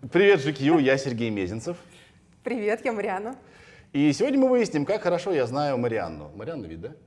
Привет, GQ, я Сергей Мезенцев. Привет, я Марианна. И сегодня мы выясним, как хорошо я знаю Марианну. Марианна вид, да?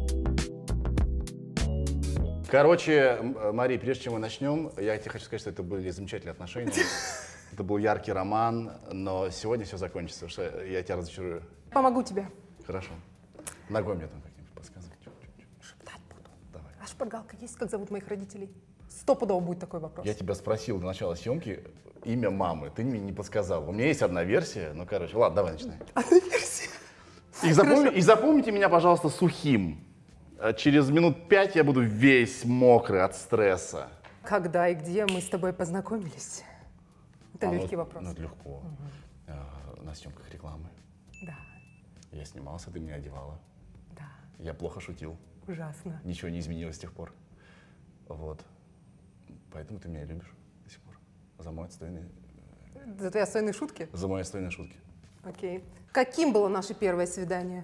Короче, Мари, прежде чем мы начнем, я тебе хочу сказать, что это были замечательные отношения. Это был яркий роман, но сегодня все закончится, потому что я тебя разочарую. Помогу тебе. Хорошо. Ногой мне там как-нибудь подсказывай. Шептать буду. Давай. А шпаргалка есть? Как зовут моих родителей? Стопудово будет такой вопрос. Я тебя спросил до начала съемки имя мамы, ты мне не подсказал. У меня есть одна версия, ну, короче, ладно, давай начинай. Одна версия. И запомните меня, пожалуйста, сухим. Через минут 5 я буду весь мокрый от стресса. Когда и где мы с тобой познакомились? Это легкий вопрос. Ну, это легко. На съемках рекламы. Да, Я снимался, ты меня одевала. да, Я плохо шутил. ужасно. Ничего не изменилось с тех пор. Вот. Поэтому ты меня любишь до сих пор. За мои отстойные шутки? За мои отстойные шутки. Окей. Каким было наше первое свидание?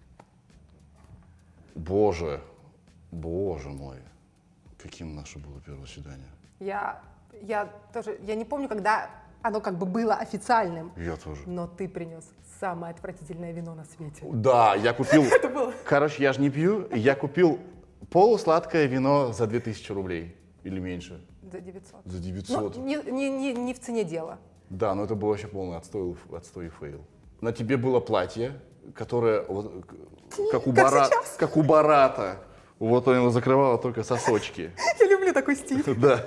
Боже мой. Каким наше было первое свидание? Я не помню, когда оно как бы было официальным. Я тоже. Но ты принес самое отвратительное вино на свете. Да, я купил... Это было. Короче, я же не пью. Я купил полусладкое вино за 2000 рублей. Или меньше. За 900. За 900. Ну, не в цене дело. Да, но это был вообще полный отстой и фейл. На тебе было платье, которое вот, как у Барата. Вот он его закрывало только сосочки. Я люблю такой стиль. Да.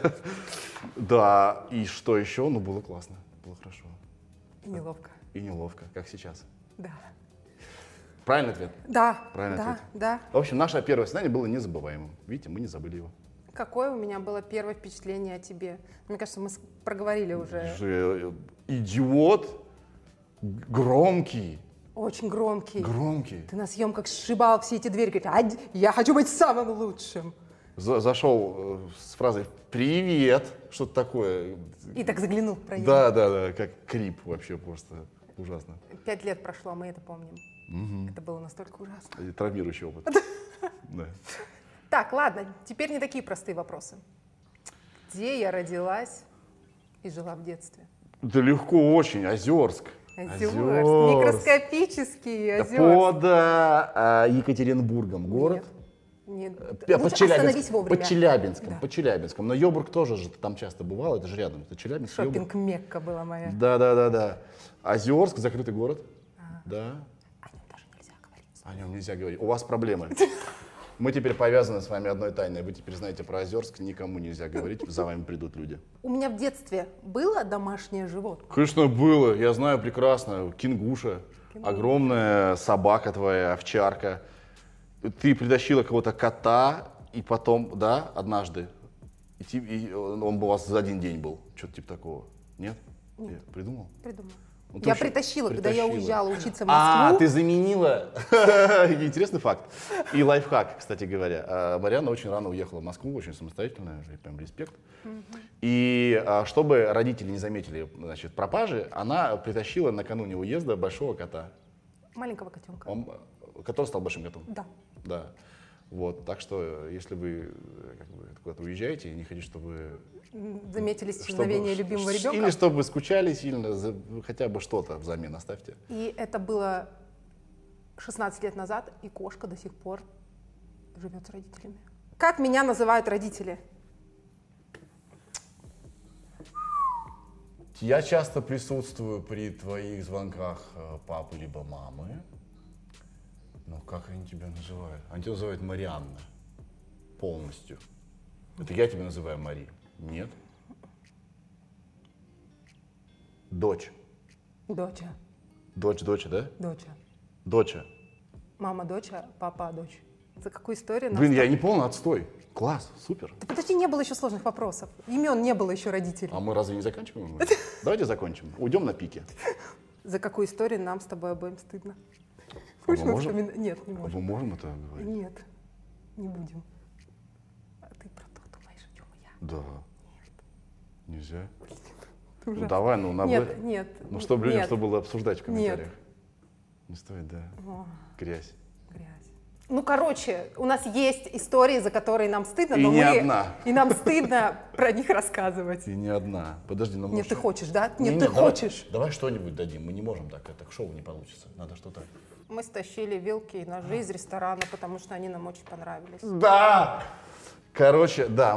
Да. И что еще? Ну, было классно. Было хорошо. И неловко. И неловко, как сейчас. Да. Правильный ответ? Да. Правильный да, ответ. да. В общем, наше первое свидание было незабываемым. Видите, мы не забыли его. Какое у меня было первое впечатление о тебе? Мне кажется, мы проговорили уже. Идиот, громкий. Очень громкий. Громкий. Ты на съемках сшибал все эти двери, говорит, я хочу быть самым лучшим. Зашел с фразой «Привет», что-то такое. И так заглянул в проем. Да, как крип вообще просто ужасно. 5 лет прошло, мы это помним. Это было настолько ужасно. И травмирующий опыт. Да. Так, ладно, теперь не такие простые вопросы. Где я родилась и жила в детстве? Да легко очень, Озерск. Озерск. Микроскопический Озерск. Под Екатеринбургом город. Нет. Под Остановись вовремя. Под Челябинском. Но Йобург тоже же там часто бывал, это же рядом. Это Челябинск, Йобург. Шоппинг-мекка была моя. Да. Озерск, закрытый город. Да. О нем даже нельзя говорить. О нем нельзя говорить. У вас проблемы. Мы теперь повязаны с вами одной тайной. Вы теперь знаете про Озерск, никому нельзя говорить, за вами придут люди. У меня в детстве было домашнее животное? Конечно, было. Я знаю прекрасно. Кингуша. Огромная собака твоя, овчарка. Ты притащила кого-то кота, и потом, да, однажды, и он у вас за один день был. Что-то типа такого. Нет? Нет. Я придумал? Придумала. Ну, Я притащила, когда я уезжала учиться в Москву. А, ты заменила. Интересный факт. И лайфхак, кстати говоря. Марианна очень рано уехала в Москву, очень самостоятельная, прям респект. И чтобы родители не заметили, значит, пропажи, она притащила накануне уезда большого кота. Маленького котенка. Который стал большим котом. Да. Да. Вот, так что, если вы куда-то уезжаете и не хотите, чтобы заметили исчезновение любимого ребенка. Или чтобы скучали сильно, хотя бы что-то взамен оставьте. И это было 16 лет назад, и кошка до сих пор живет с родителями. Как меня называют родители? Я часто присутствую при твоих звонках папы либо мамы. Но как они тебя называют? Они тебя называют Марианна. Полностью. Это я тебя называю Мари. Нет. Дочь. Доча. Дочь, да? Доча. Доча. Мама доча, папа дочь. За какую историю? Блин, я не понял, отстой. Класс, супер. Да подожди, не было еще сложных вопросов. Имен не было еще родителей. А мы разве не заканчиваем? Давайте закончим. Уйдем на пике. За какую историю нам с тобой обоим стыдно? Мы можем? Нет, не можем. Мы можем это говорить? Нет, не будем. А ты про то думаешь, о чем я? Да. Нет. Нельзя? Ты Ну давай, Нет. Ну чтобы людям нет. что было обсуждать в комментариях. Нет. Не стоит, да. О, Грязь. грязь. Ну, короче, у нас есть истории, за которые нам стыдно, И но не одна. И нам стыдно про них рассказывать. И не одна. Подожди, ну Нет, может... ты хочешь, да? Нет, Не, ты давай- хочешь. Давай что-нибудь дадим, мы не можем так, это шоу не получится. Надо что-то... Мы стащили вилки и ножи из ресторана, потому что они нам очень понравились. Да! Короче, да,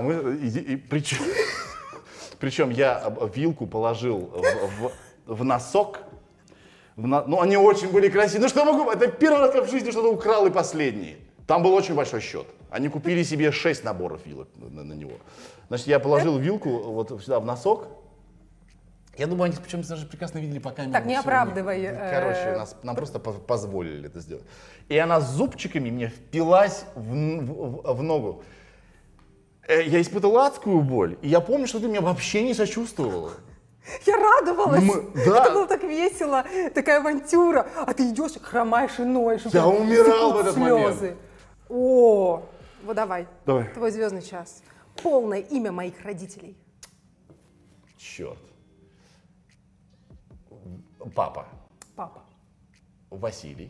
причем я вилку положил в носок. Ну, они очень были красивые. Ну, что я могу? Это первый раз я в жизни что-то украл и последний. Там был очень большой счет. Они купили себе 6 наборов вилок на него. Значит, я положил вилку вот сюда в носок. Я думаю, они причем даже прекрасно видели по камере. Так, не всё. оправдывай. Короче, нам просто позволили это сделать. И она зубчиками мне впилась в ногу. Я испытал адскую боль, и я помню, что ты меня вообще не сочувствовала. Я радовалась. Да. Это было так весело, такая авантюра. А ты идешь, хромаешь и ноешь. и Я прям умирал в текут этот слезы. момент. О, вот давай. Давай. Твой звездный час. Полное имя моих родителей. Черт. Папа. Папа. Василий.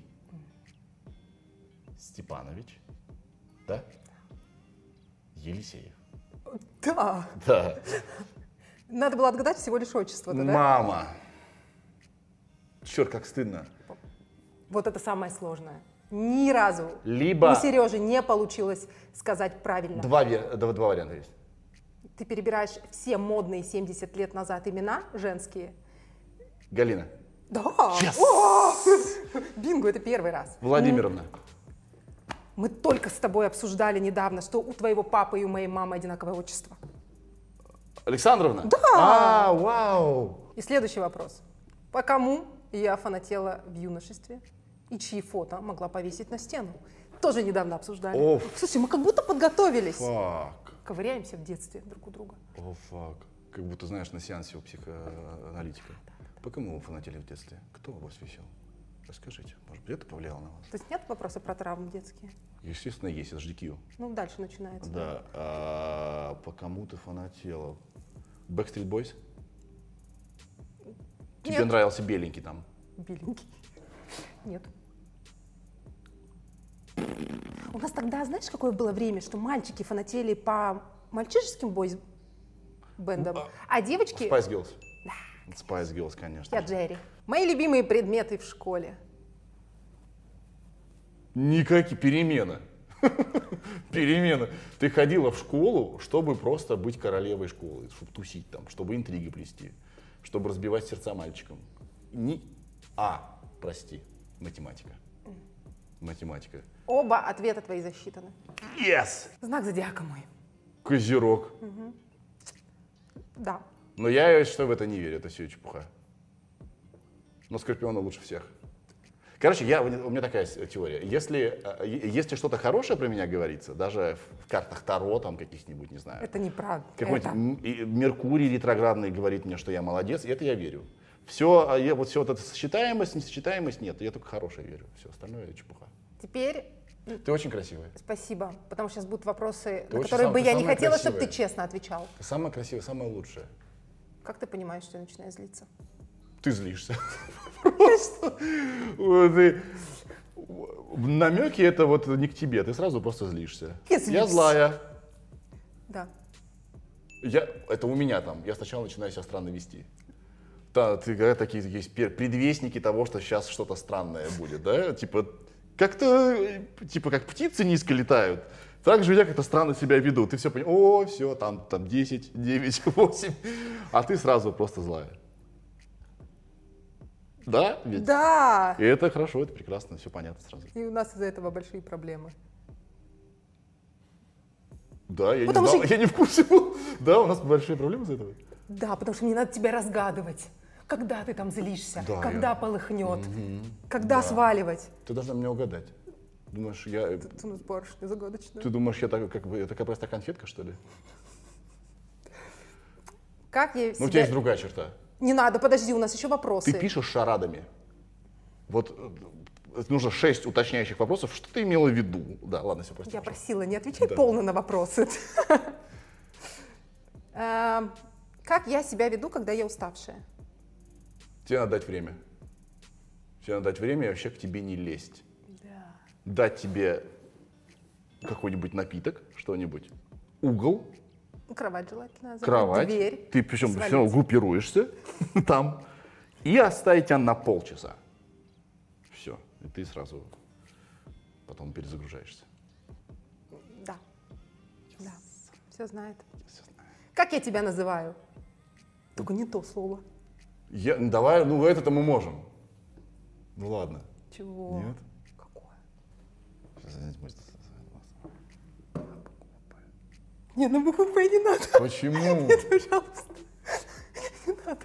Степанович. Да? Елисеев. Да. Да. Надо было отгадать всего лишь отчество, да? Мама. Черт, как стыдно. Вот это самое сложное. Ни разу Либо- у Сережи не получилось сказать правильно. Два варианта есть. Ты перебираешь все модные 70 лет назад имена женские. Галина. Да! Yes! О! Бинго, это первый раз. Владимировна. Мы только с тобой обсуждали недавно, что у твоего папы и у моей мамы одинаковое отчество. Александровна? Да! А, вау! И следующий вопрос. По кому я фанатела в юношестве и чьи фото могла повесить на стену? Тоже недавно обсуждали. Оф. Слушай, мы как будто подготовились. Фак. Ковыряемся в детстве друг у друга. О, фак. Как будто, знаешь, на сеансе у психоаналитика. По кому вы фанатели в детстве? Кто вас висел? Расскажите. Может быть, это повлияло на вас? То есть нет вопроса про травмы детские? Естественно, есть. Это же DQ. Ну, дальше начинается. Да. А по кому ты фанатела? Backstreet Boys? Тебе Нет. нравился беленький там? Беленький. Нет. У нас тогда, знаешь, какое было время, что мальчики фанатели по мальчишеским бойз-бендам, а девочки... Spice Girls. Spice Girls, конечно. Я Джерри. Мои любимые предметы в школе. Никакие перемены. Перемена. Ты ходила в школу, чтобы просто быть королевой школы, чтобы тусить там, чтобы интриги плести, чтобы разбивать сердца мальчикам. Прости, математика. Математика. Оба ответа твои засчитаны. Yes! Знак зодиака мой. Козерог. Да. Но я что в это не верю, это все чепуха. Но Скорпиона лучше всех. Короче, у меня такая теория. Если что-то хорошее про меня говорится, даже в картах Таро, там каких-нибудь, не знаю. Это неправда. Какой-нибудь Меркурий ретроградный говорит мне, что я молодец, и это я верю. Все вот эта сочетаемость, несочетаемость, нет, я только хорошее верю. Все остальное это чепуха. Теперь Ты очень красивая. спасибо, потому что сейчас будут вопросы, Ты на очень которые бы я не самая хотела, чтобы ты красивая. честно отвечал. Ты самая красивая, самая лучшая. Как ты понимаешь, что я начинаю злиться? Ты злишься. Просто. Намеки это вот не к тебе, ты сразу просто злишься. Я злюсь. Я злая. Да. Это у меня там. Я сначала начинаю себя странно вести. Да, такие есть предвестники того, что сейчас что-то странное будет, да? Типа как птицы низко летают. Так же я как-то странно себя веду. Ты все понимаешь, все, там 10, 9, 8. А ты сразу просто злая. Да? Ведь? Да! И это хорошо, это прекрасно, все понятно сразу. И у нас из-за этого большие проблемы. Да, я Потому не знал, что- я не в курсе был. Да, у нас большие проблемы из-за этого. Да, потому что мне надо тебя разгадывать. Когда ты там злишься, Да, когда полыхнет, когда сваливать. Ты должна меня угадать. Думаешь, Ты у нас барышня загадочная. ты думаешь, я такая простая конфетка, что ли? Как я Ну, у тебя себя... есть другая черта. Не надо, подожди, у нас еще вопросы. Ты пишешь шарадами. Вот нужно 6 уточняющих вопросов. Что ты имела в виду? Да, ладно, все, прости. Я пожалуйста. просила, не отвечай Да. полно на вопросы. Как я себя веду, когда я уставшая? Тебе надо дать время. Тебе надо дать время и вообще к тебе не лезть. Да. Дать тебе какой-нибудь напиток, что-нибудь, угол, Кровать желательно. Закрыть кровать. дверь. Ты причем свалить. все равно группируешься там. И оставить тебя на полчаса. Все. И ты сразу потом перезагружаешься. Да. Да. Все знает. Как я тебя называю? Только не то слово. Давай, ну это-то мы можем. Ну ладно. Чего? Нет? Какое? Сейчас, Не, на букву П не надо. почему? Нет, пожалуйста. Не надо.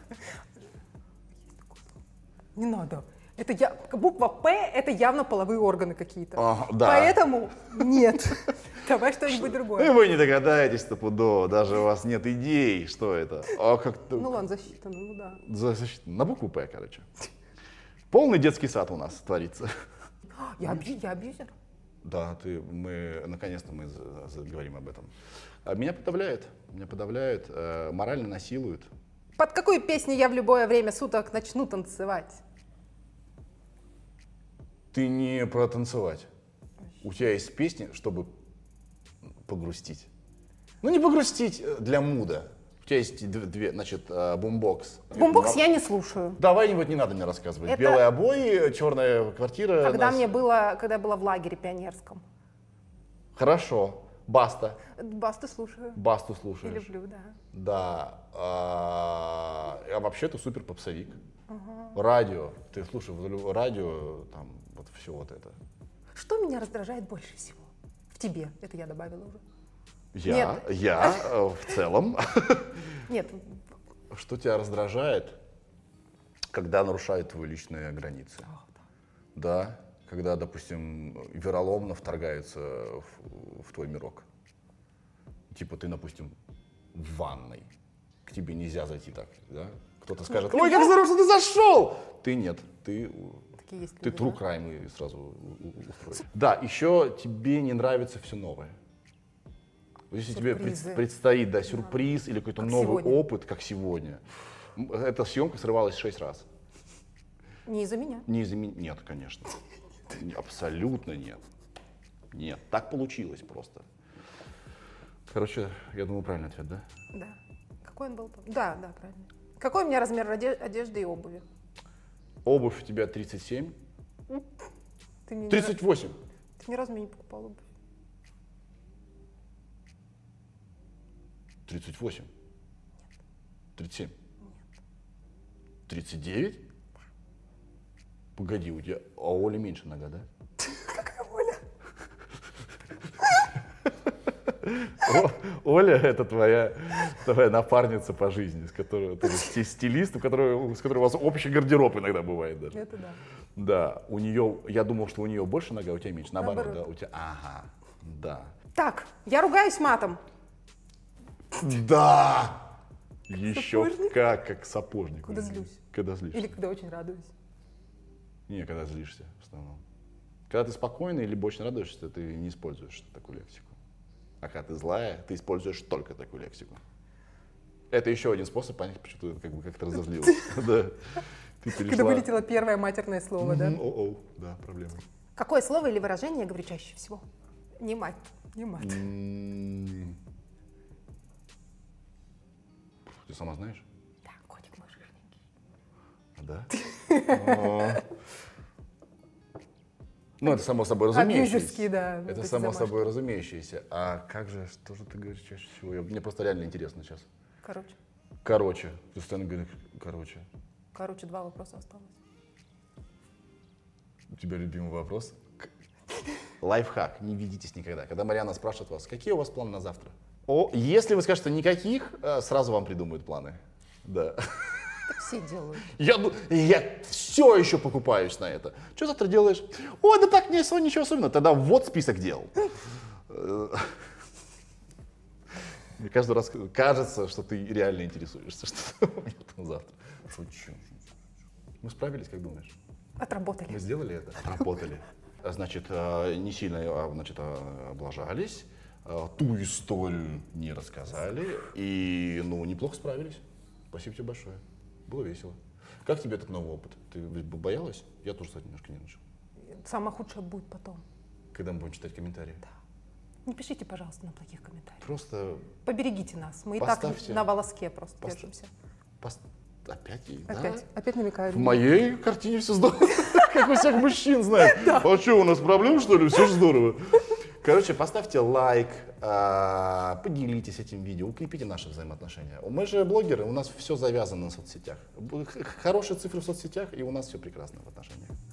Не надо. Буква П — это явно половые органы какие-то. Да. Поэтому нет. Давай что-нибудь Ну, другое. вы не догадаетесь стопудово, даже у вас нет идей, что это. А как Ну ладно, засчитано, ну да. На букву П, короче. Полный детский сад у нас творится. Я абьюзер. Да, наконец-то мы заговорим об этом. Меня подавляют, морально насилуют. Под какую песню я в любое время суток начну танцевать? Ты не про танцевать. У тебя есть песни, чтобы погрустить. Ну не погрустить для муда. У тебя есть две, значит, бумбокс. Бумбокс я не слушаю. Давай-нибудь не надо мне рассказывать. Это- Белые обои, черная квартира. Когда я была в лагере пионерском. Хорошо. Баста. Басту слушаю. Басту И слушаешь. люблю, да. Да. А вообще ты супер попсовик. Радио. Ты слушаешь радио, там вот все вот это. Что меня раздражает больше всего? В тебе. Это я добавила уже. Я в целом. Нет, Что тебя раздражает, когда нарушают твои личные границы? Да, когда, допустим, вероломно вторгаются в твой мирок. Типа ты, допустим, в ванной. К тебе нельзя зайти так, да? Кто-то скажет: ой, как здорово, что ты зашел! Ты нет, ты есть ты люди, true да? crime и сразу устроишь. Да, еще тебе не нравится все новое. Вот если тебе Сюрпризы. предстоит, да, сюрприз или какой-то Как новый сегодня. опыт, как сегодня. Эта съемка срывалась 6 раз. Не из-за меня. Не из-за меня. Нет, конечно. Абсолютно нет. Нет, так получилось просто. Короче, я думаю, правильный ответ, да? Да. Какой он был? Да, правильно. Какой у меня размер одежды и обуви? Обувь у тебя 37. Ты мне 38. Ты ни разу мне не покупал обувь. 38. 37. 39? Погоди, у тебя, а у Оли меньше нога, да? Какая Оля? Оля — это твоя напарница по жизни, с которой ты стилист, с которой у вас общий гардероб иногда бывает даже. Это да. Да, у нее, я думал, что у нее больше нога, у тебя меньше. Наоборот, Наоборот. да, у тебя, ага, да. Так, я ругаюсь матом. Да! Еще сапожник? как сапожник. Когда злюсь. Когда злишься. Или когда очень радуюсь. Не, когда злишься в основном. Когда ты спокойный или очень радуешься, ты не используешь такую лексику. А когда ты злая, ты используешь только такую лексику. Это еще один способ понять, почему ты как-то разозлилась. Да. Ты Когда перешла. вылетело первое матерное слово, да? О-о, да, проблема. Какое слово или выражение я говорю чаще всего? Не мать. Не мать. Ты сама знаешь? Да, котик мой жирненький. Да? Ну, это само собой разумеющееся. Абьюзерский, да. вот Это эти само замашки. собой разумеющееся. А как же, что же ты говоришь чаще всего? Мне просто реально интересно сейчас. Короче. Ты постоянно говоришь, короче. 2 вопроса осталось. У тебя любимый вопрос? Лайфхак. Не ведитесь никогда. Когда Марьяна спрашивает вас, какие у вас планы на завтра? Если вы скажете никаких, сразу вам придумают планы. Да. Так все делают. Я все еще покупаюсь на это. Что завтра делаешь? Ой, да так, ничего особенного. Тогда вот список дел. Мне каждый раз кажется, что ты реально интересуешься, что у меня там завтра. Шучу. Мы справились, как думаешь? Отработали. Мы сделали это? Отработали. Значит, не сильно облажались, ту историю не рассказали и, неплохо справились. Спасибо тебе большое. Было весело. Как тебе этот новый опыт? Ты боялась? Я тоже, кстати, немножко нервничал. Самое худшее будет потом. Когда мы будем читать комментарии? Да. Не пишите, пожалуйста, на плохих комментариях. Просто Поберегите нас. Мы и поставьте. так на волоске просто держимся. Опять? Опять намекаю. В моей картине все здорово. Как у всех мужчин, знаешь. А что, у нас проблемы, что ли? Все же здорово. Короче, поставьте лайк, поделитесь этим видео, укрепите наши взаимоотношения. Мы же блогеры, у нас все завязано на соцсетях. Хорошие цифры в соцсетях, и у нас все прекрасно в отношениях.